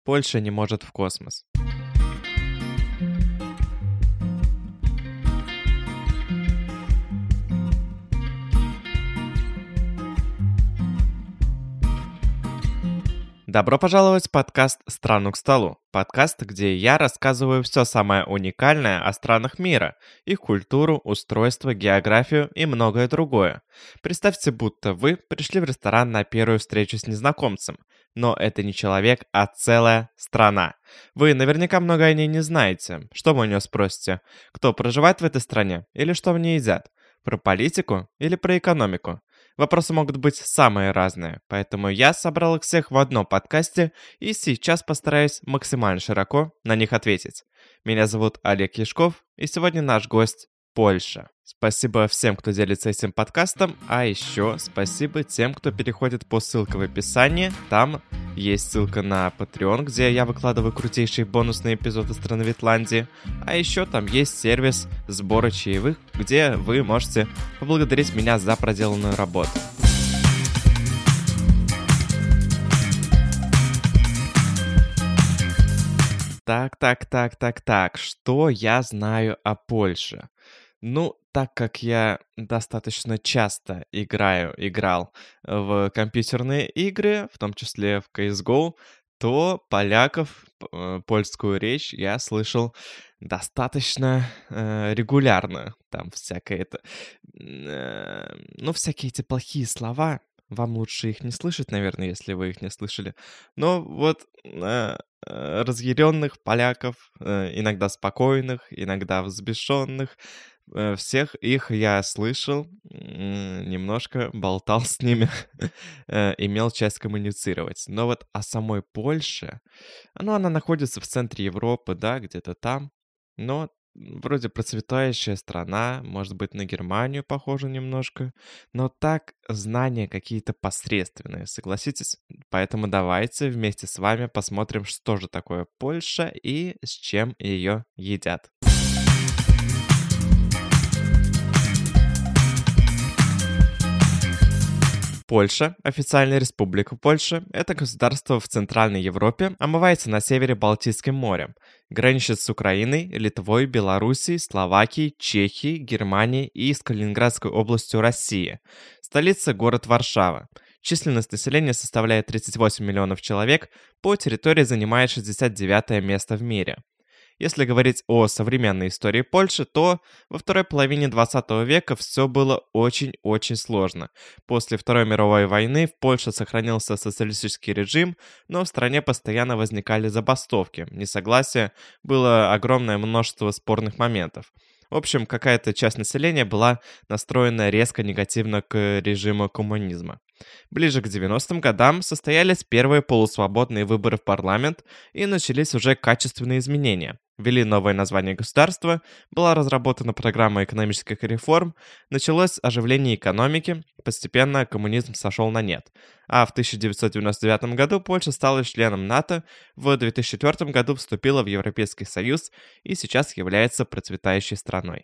Польша не может в космос. Добро пожаловать в подкаст «Страну к столу». Подкаст, где я рассказываю все самое уникальное о странах мира, их культуру, устройство, географию и многое другое. Представьте, будто вы пришли в ресторан на первую встречу с незнакомцем. Но это не человек, а целая страна. Вы наверняка много о ней не знаете. Что вы у нее спросите? Кто проживает в этой стране? Или что в ней едят? Про политику или про экономику? Вопросы могут быть самые разные, поэтому я собрал их всех в одном подкасте и сейчас постараюсь максимально широко на них ответить. Меня зовут Олег Яшков, и сегодня наш гость — Польша. Спасибо всем, кто делится этим подкастом, а еще спасибо тем, кто переходит по ссылке в описании. Там есть ссылка на Patreon, где я выкладываю крутейшие бонусные эпизоды страны Витландии. А еще там есть сервис сбора чаевых, где вы можете поблагодарить меня за проделанную работу. Так, что я знаю о Польше? Ну, так как я достаточно часто играл в компьютерные игры, в том числе в CSGO, то польскую речь я слышал достаточно регулярно. Там всякие эти плохие слова. Вам лучше их не слышать, наверное, если вы их не слышали. Но вот разъяренных поляков, иногда спокойных, иногда взбешенных, всех их я слышал, немножко болтал с ними, имел часть коммуницировать. Но вот о самой Польше, она находится в центре Европы, да, где-то там, но вроде процветающая страна, может быть, на Германию похожа немножко, но так знания какие-то посредственные, согласитесь? Поэтому давайте вместе с вами посмотрим, что же такое Польша и с чем ее едят. Польша, официальная республика Польша, это государство в Центральной Европе, омывается на севере Балтийским морем, граничит с Украиной, Литвой, Белоруссией, Словакией, Чехией, Германией и с Калининградской областью России. Столица — город Варшава. Численность населения составляет 38 миллионов человек, по территории занимает 69 место в мире. Если говорить о современной истории Польши, то во второй половине 20 века все было очень-очень сложно. После Второй мировой войны в Польше сохранился социалистический режим, но в стране постоянно возникали забастовки, несогласия, было огромное множество спорных моментов. В общем, какая-то часть населения была настроена резко негативно к режиму коммунизма. Ближе к 90-м годам состоялись первые полусвободные выборы в парламент и начались уже качественные изменения. Ввели новое название государства, была разработана программа экономических реформ, началось оживление экономики, постепенно коммунизм сошел на нет. А в 1999 году Польша стала членом НАТО, в 2004 году вступила в Европейский Союз и сейчас является процветающей страной.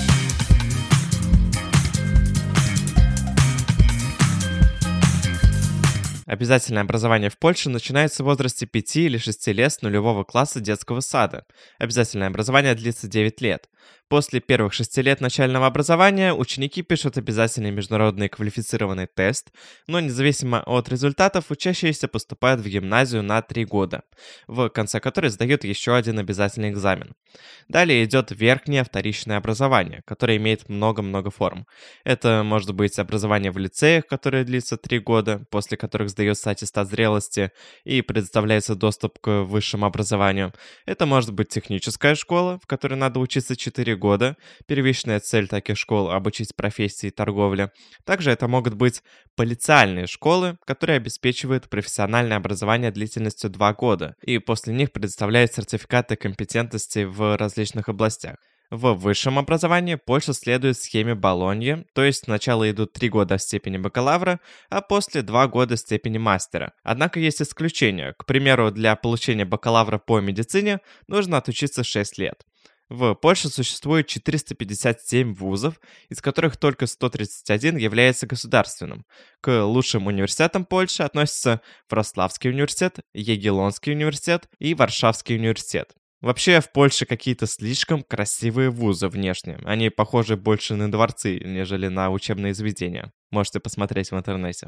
Обязательное образование в Польше начинается в возрасте 5 или 6 лет с нулевого класса детского сада. Обязательное образование длится 9 лет. После первых 6 лет начального образования ученики пишут обязательный международный квалифицированный тест, но независимо от результатов учащиеся поступают в гимназию на 3 года, в конце которой сдают еще один обязательный экзамен. Далее идет верхнее вторичное образование, которое имеет много-много форм. Это может быть образование в лицеях, которое длится 3 года, после которых сдается аттестат зрелости и предоставляется доступ к высшему образованию. Это может быть техническая школа, в которой надо учиться 4 года. Первичная цель таких школ — обучить профессии и торговле. Также это могут быть полициальные школы, которые обеспечивают профессиональное образование длительностью 2 года, и после них предоставляют сертификаты компетентности в различных областях. В высшем образовании Польша следует схеме Болоньи, то есть сначала идут 3 года в степени бакалавра, а после 2 года в степени мастера. Однако есть исключения. К примеру, для получения бакалавра по медицине нужно отучиться 6 лет. В Польше существует 457 вузов, из которых только 131 является государственным. К лучшим университетам Польши относятся Вроцлавский университет, Ягеллонский университет и Варшавский университет. Вообще, в Польше какие-то слишком красивые вузы внешне. Они похожи больше на дворцы, нежели на учебные заведения. Можете посмотреть в интернете.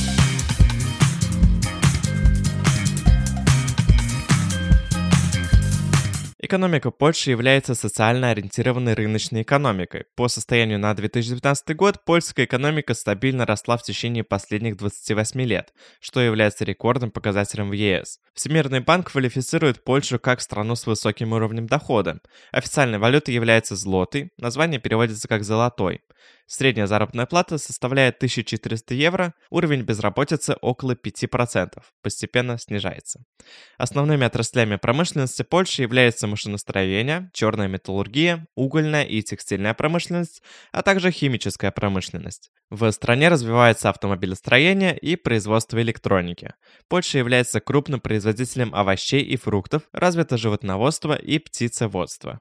Экономика Польши является социально ориентированной рыночной экономикой. По состоянию на 2019 год польская экономика стабильно росла в течение последних 28 лет, что является рекордным показателем в ЕС. Всемирный банк квалифицирует Польшу как страну с высоким уровнем дохода. Официальной валютой является злотый, название переводится как «золотой». Средняя заработная плата составляет 1400 евро, уровень безработицы около 5%, постепенно снижается. Основными отраслями промышленности Польши являются машиностроение, черная металлургия, угольная и текстильная промышленность, а также химическая промышленность. В стране развивается автомобилестроение и производство электроники. Польша является крупным производителем овощей и фруктов, развито животноводство и птицеводство.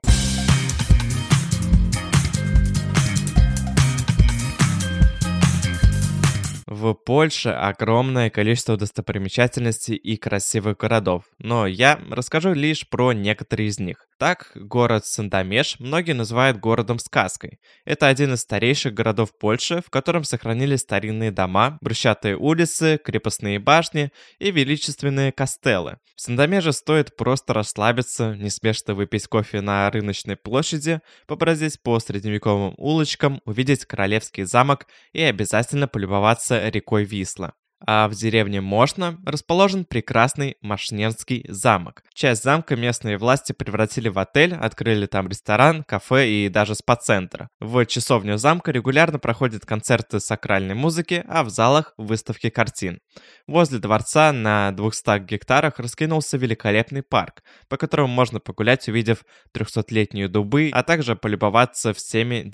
В Польше огромное количество достопримечательностей и красивых городов, но я расскажу лишь про некоторые из них. Так, город Сандомеж многие называют городом-сказкой. Это один из старейших городов Польши, в котором сохранились старинные дома, брусчатые улицы, крепостные башни и величественные кастеллы. В Сандомеже стоит просто расслабиться, неспешно выпить кофе на рыночной площади, побродить по средневековым улочкам, увидеть королевский замок и обязательно полюбоваться рекой Висла. А в деревне Мошна расположен прекрасный Машненский замок. Часть замка местные власти превратили в отель, открыли там ресторан, кафе и даже спа-центр. В часовню замка регулярно проходят концерты сакральной музыки, а в залах выставки картин. Возле дворца на 200 гектарах раскинулся великолепный парк, по которому можно погулять, увидев 300-летние дубы, а также полюбоваться всеми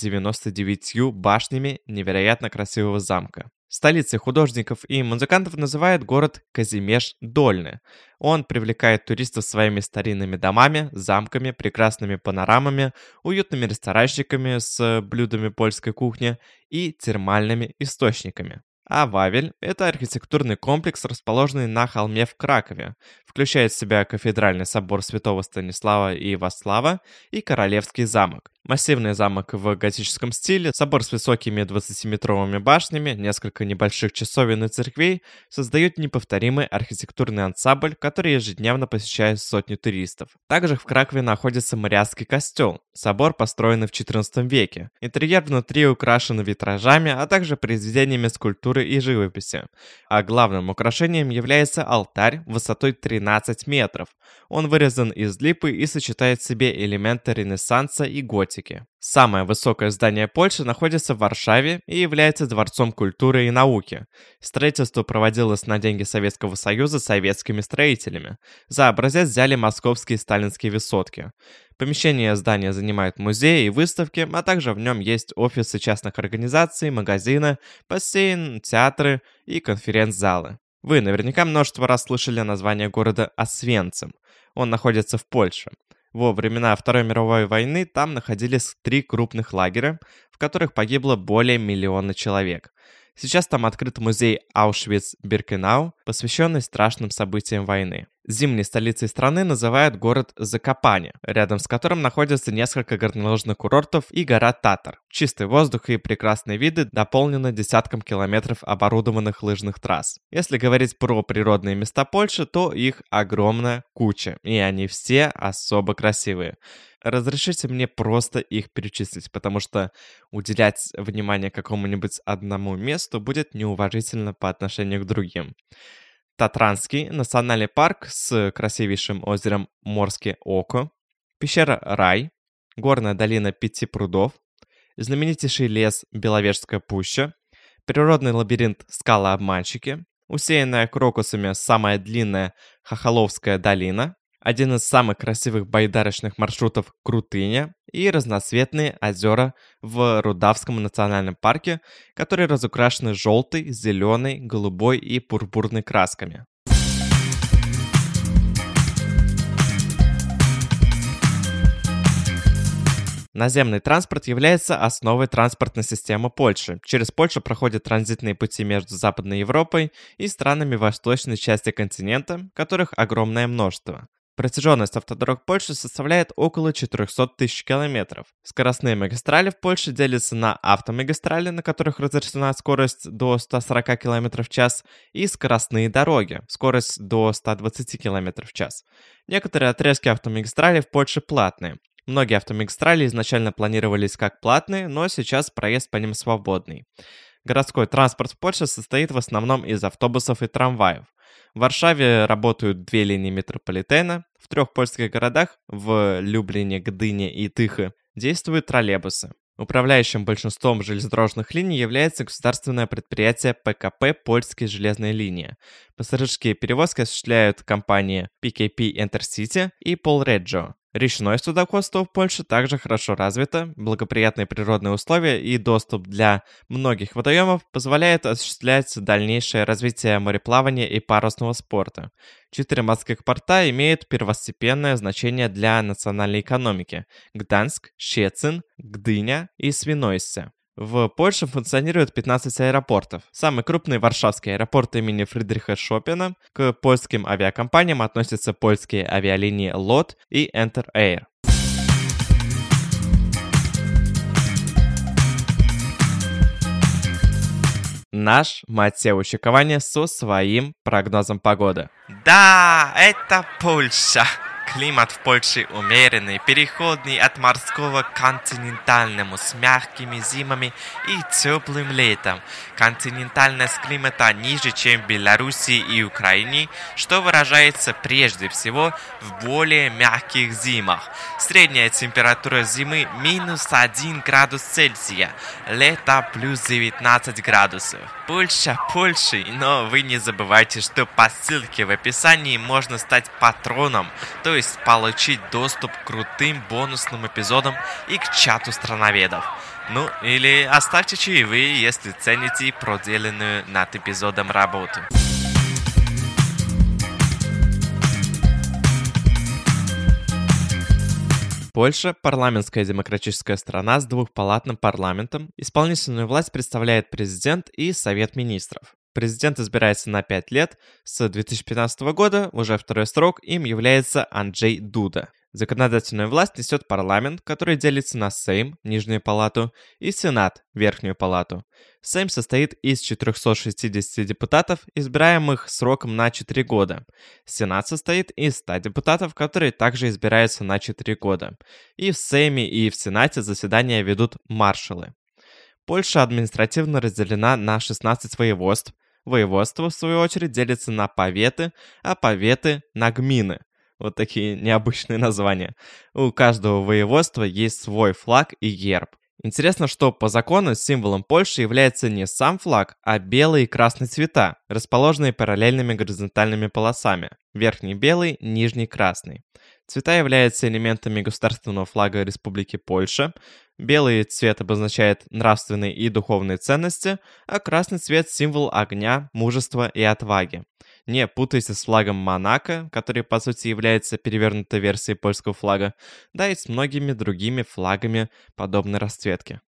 99 башнями невероятно красивого замка. Столицей художников и музыкантов называют город Казимеш-Дольный. Он привлекает туристов своими старинными домами, замками, прекрасными панорамами, уютными ресторанчиками с блюдами польской кухни и термальными источниками. А Вавель – это архитектурный комплекс, расположенный на холме в Кракове. Включает в себя кафедральный собор святого Станислава и Вацлава и Королевский замок. Массивный замок в готическом стиле, собор с высокими 20-метровыми башнями, несколько небольших часовен и церквей создают неповторимый архитектурный ансамбль, который ежедневно посещают сотни туристов. Также в Кракове находится Мариатский костел. Собор построен в XIV веке. Интерьер внутри украшен витражами, а также произведениями скульптуры и живописи. А главным украшением является алтарь высотой 13 метров. Он вырезан из липы и сочетает в себе элементы Ренессанса и готики. Самое высокое здание Польши находится в Варшаве и является дворцом культуры и науки. Строительство проводилось на деньги Советского Союза советскими строителями. За образец взяли московские сталинские высотки. Помещение здания занимают музеи и выставки, а также в нем есть офисы частных организаций, магазины, бассейн, театры и конференц-залы. Вы наверняка множество раз слышали название города Освенцим. Он находится в Польше. Во времена Второй мировой войны там находились 3 крупных лагеря, в которых погибло более 1 миллиона человек. Сейчас там открыт музей Аушвиц-Биркенау, посвященный страшным событиям войны. Зимней столицей страны называют город Закопане, рядом с которым находятся несколько горнолыжных курортов и гора Татар. Чистый воздух и прекрасные виды дополнены десятком километров оборудованных лыжных трасс. Если говорить про природные места Польши, то их огромная куча, и они все особо красивые. Разрешите мне просто их перечислить, потому что уделять внимание какому-нибудь одному месту будет неуважительно по отношению к другим. Татранский национальный парк с красивейшим озером Морское Око, пещера Рай, горная долина 5 прудов, знаменитейший лес Беловежская пуща, природный лабиринт Скалы-обманщики, усеянная крокусами самая длинная Хохоловская долина, один из самых красивых байдарочных маршрутов Крутыня и разноцветные озера в Рудавском национальном парке, которые разукрашены желтой, зеленой, голубой и пурпурной красками. Наземный транспорт является основой транспортной системы Польши. Через Польшу проходят транзитные пути между Западной Европой и странами восточной части континента, которых огромное множество. Протяженность автодорог Польши составляет около 400 тысяч километров. Скоростные магистрали в Польше делятся на автомагистрали, на которых разрешена скорость до 140 км в час, и скоростные дороги, скорость до 120 км в час. Некоторые отрезки автомагистрали в Польше платные. Многие автомагистрали изначально планировались как платные, но сейчас проезд по ним свободный. Городской транспорт в Польше состоит в основном из автобусов и трамваев. В Варшаве работают 2 линии метрополитена, в 3 польских городах, в Люблине, Гдыне и Тыхе, действуют троллейбусы. Управляющим большинством железнодорожных линий является государственное предприятие ПКП «Польские железные линии». Пассажирские перевозки осуществляют компании PKP Intercity и Polregio. Речное судоходство в Польше также хорошо развито, благоприятные природные условия и доступ для многих водоемов позволяют осуществлять дальнейшее развитие мореплавания и парусного спорта. 4 морских порта имеют первостепенное значение для национальной экономики: Гданьск, Щецин, Гдыня и Свиноujście. В Польше функционирует 15 аэропортов. Самый крупный Варшавский аэропорт имени Фридриха Шопена. К польским авиакомпаниям относятся польские авиалинии LOT и Enter Air. Наш Матео Щековани со своим прогнозом погоды. Да, это Польша. Климат в Польше умеренный, переходный от морского к континентальному, с мягкими зимами и теплым летом. Континентальность климата ниже, чем в Беларуси и Украине, что выражается прежде всего в более мягких зимах. Средняя температура зимы минус 1 градус Цельсия, лето плюс 19 градусов. Польша Польшей, но вы не забывайте, что по ссылке в описании можно стать патроном, то есть получить доступ к крутым бонусным эпизодам и к чату страноведов. Ну, или оставьте чаевые, если цените проделанную над эпизодом работу. Польша – парламентская демократическая страна с двухпалатным парламентом. Исполнительную власть представляет президент и Совет министров. Президент избирается на 5 лет. С 2015 года уже второй срок им является Анджей Дуда. Законодательную власть несет парламент, который делится на Сейм, Нижнюю палату, и Сенат, Верхнюю палату. Сейм состоит из 460 депутатов, избираемых сроком на 4 года. Сенат состоит из 100 депутатов, которые также избираются на 4 года. И в Сейме, и в Сенате заседания ведут маршалы. Польша административно разделена на 16 воеводств. Воеводства, в свою очередь, делятся на поветы, а поветы на гмины. Вот такие необычные названия. У каждого воеводства есть свой флаг и герб. Интересно, что по закону символом Польши является не сам флаг, а белый и красный цвета, расположенные параллельными горизонтальными полосами. Верхний белый, нижний красный. Цвета являются элементами государственного флага Республики Польша. Белый цвет обозначает нравственные и духовные ценности, а красный цвет – символ огня, мужества и отваги. Не путайте с флагом Монако, который по сути является перевернутой версией польского флага, да и с многими другими флагами подобной расцветки.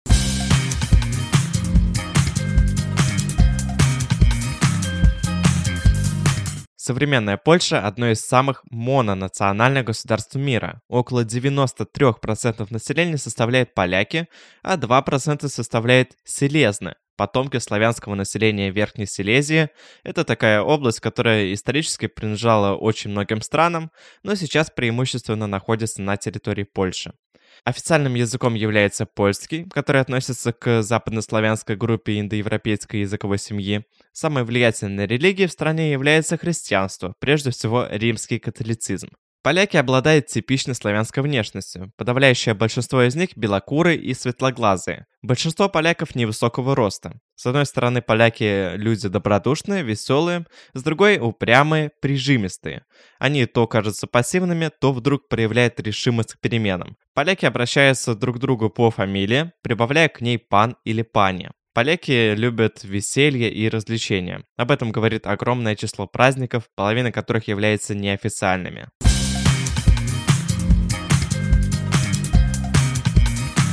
Современная Польша – одно из самых мононациональных государств мира. Около 93% населения составляют поляки, а 2% составляет селезны, потомки славянского населения Верхней Силезии. Это такая область, которая исторически принадлежала очень многим странам, но сейчас преимущественно находится на территории Польши. Официальным языком является польский, который относится к западнославянской группе индоевропейской языковой семьи. Самой влиятельной религией в стране является христианство, прежде всего римский католицизм. Поляки обладают типичной славянской внешностью. Подавляющее большинство из них белокурые и светлоглазые. Большинство поляков невысокого роста. С одной стороны, поляки – люди добродушные, веселые, с другой – упрямые, прижимистые. Они то кажутся пассивными, то вдруг проявляют решимость к переменам. Поляки обращаются друг к другу по фамилии, прибавляя к ней пан или пани. Поляки любят веселье и развлечения. Об этом говорит огромное число праздников, половина которых является неофициальными.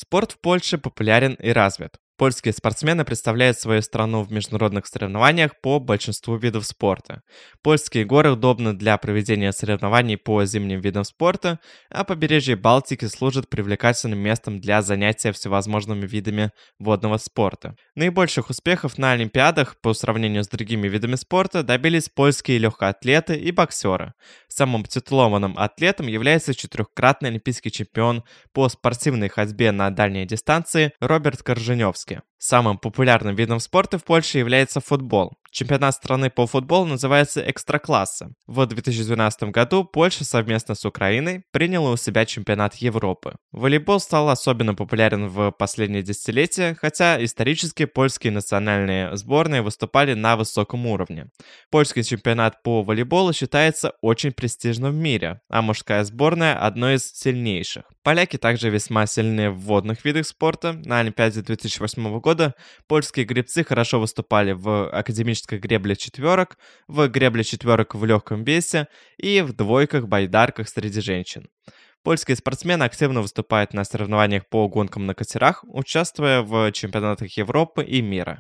Спорт в Польше популярен и развит. Польские спортсмены представляют свою страну в международных соревнованиях по большинству видов спорта. Польские горы удобны для проведения соревнований по зимним видам спорта, а побережье Балтики служит привлекательным местом для занятия всевозможными видами водного спорта. Наибольших успехов на Олимпиадах по сравнению с другими видами спорта добились польские легкоатлеты и боксеры. Самым титулованным атлетом является четырехкратный олимпийский чемпион по спортивной ходьбе на дальние дистанции Роберт Корженевский. Самым популярным видом спорта в Польше является футбол. Чемпионат страны по футболу называется Экстракласса. В 2012 году Польша совместно с Украиной приняла у себя чемпионат Европы. Волейбол стал особенно популярен в последние десятилетия, хотя исторически польские национальные сборные выступали на высоком уровне. Польский чемпионат по волейболу считается очень престижным в мире, а мужская сборная одной из сильнейших. Поляки также весьма сильны в водных видах спорта. На Олимпиаде 2008 года польские гребцы хорошо выступали в академической гребле четверок, в гребле четверок в легком весе и в двойках-байдарках среди женщин. Польские спортсмены активно выступают на соревнованиях по гонкам на катерах, участвуя в чемпионатах Европы и мира.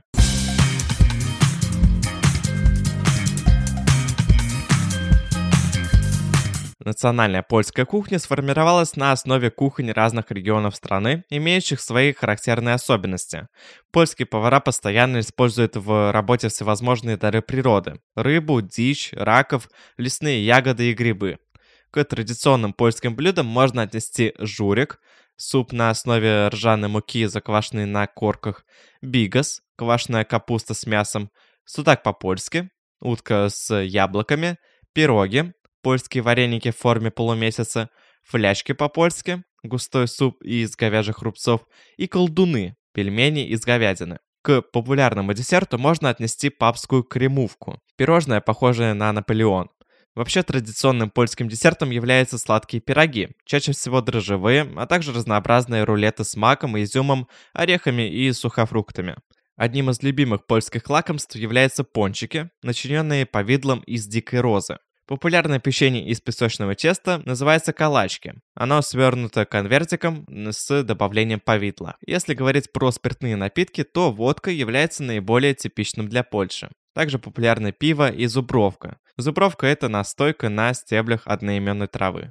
Национальная польская кухня сформировалась на основе кухонь разных регионов страны, имеющих свои характерные особенности. Польские повара постоянно используют в работе всевозможные дары природы – рыбу, дичь, раков, лесные ягоды и грибы. К традиционным польским блюдам можно отнести журик – суп на основе ржаной муки, заквашенный на корках, бигас – квашеная капуста с мясом, судак по-польски – утка с яблоками, пироги – польские вареники в форме полумесяца, фляшки по-польски, густой суп из говяжьих рубцов и колдуны, пельмени из говядины. К популярному десерту можно отнести папскую кремувку, пирожное, похожее на Наполеон. Вообще традиционным польским десертом являются сладкие пироги, чаще всего дрожжевые, а также разнообразные рулеты с маком, изюмом, орехами и сухофруктами. Одним из любимых польских лакомств являются пончики, начиненные повидлом из дикой розы. Популярное печенье из песочного теста называется калачки. Оно свернуто конвертиком с добавлением повидла. Если говорить про спиртные напитки, то водка является наиболее типичным для Польши. Также популярны пиво и зубровка. Зубровка – это настойка на стеблях одноименной травы.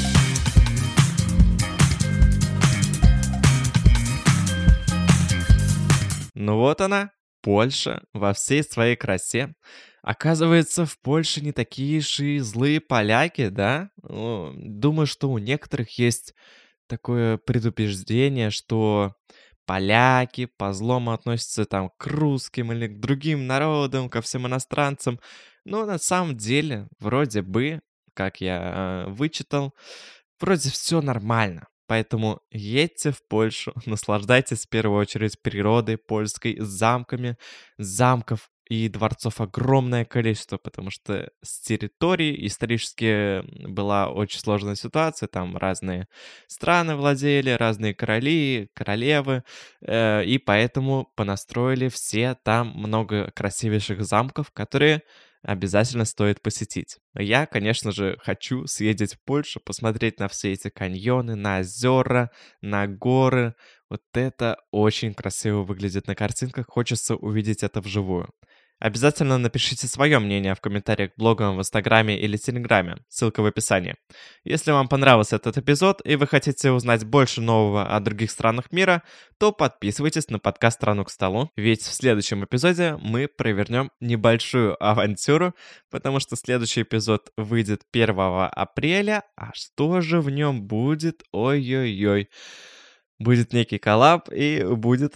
Ну вот она, Польша во всей своей красе. Оказывается, в Польше не такие уж и злые поляки, да? Думаю, что у некоторых есть такое предубеждение, что поляки по злому относятся там к русским или к другим народам, ко всем иностранцам. Но на самом деле, вроде бы, как я вычитал, вроде все нормально. Поэтому едьте в Польшу, наслаждайтесь в первую очередь природой польской, замками, замков и дворцов огромное количество, потому что с территории исторически была очень сложная ситуация, там разные страны владели, разные короли, королевы, и поэтому понастроили все там много красивейших замков, которые обязательно стоит посетить. Я, конечно же, хочу съездить в Польшу, посмотреть на все эти каньоны, на озера, на горы. Вот это очень красиво выглядит на картинках, хочется увидеть это вживую. Обязательно напишите свое мнение в комментариях к блогам в Инстаграме или Телеграме, ссылка в описании. Если вам понравился этот эпизод и вы хотите узнать больше нового о других странах мира, то подписывайтесь на подкаст «Страну к столу», ведь в следующем эпизоде мы провернем небольшую авантюру, потому что следующий эпизод выйдет 1 апреля, а что же в нем будет? Ой-ой-ой. Будет некий коллаб и будет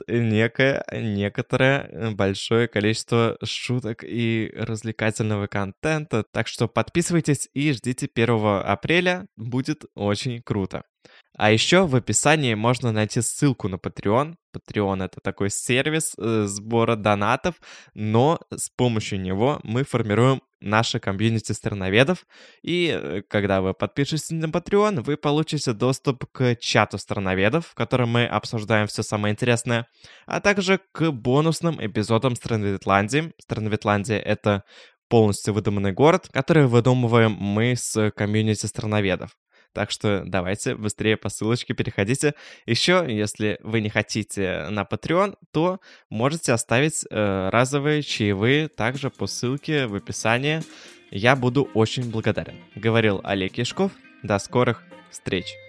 некоторое большое количество шуток и развлекательного контента. Так что подписывайтесь и ждите 1 апреля. Будет очень круто. А еще в описании можно найти ссылку на Patreon. Patreon — это такой сервис сбора донатов, но с помощью него мы формируем наше комьюнити страноведов. И когда вы подпишетесь на Patreon, вы получите доступ к чату страноведов, в котором мы обсуждаем все самое интересное, а также к бонусным эпизодам Страноветландии. Страноветландия — это полностью выдуманный город, который выдумываем мы с комьюнити страноведов. Так что давайте быстрее по ссылочке переходите. Еще, если вы не хотите на Patreon, то можете оставить разовые чаевые также по ссылке в описании. Я буду очень благодарен. Говорил Олег Яшков. До скорых встреч!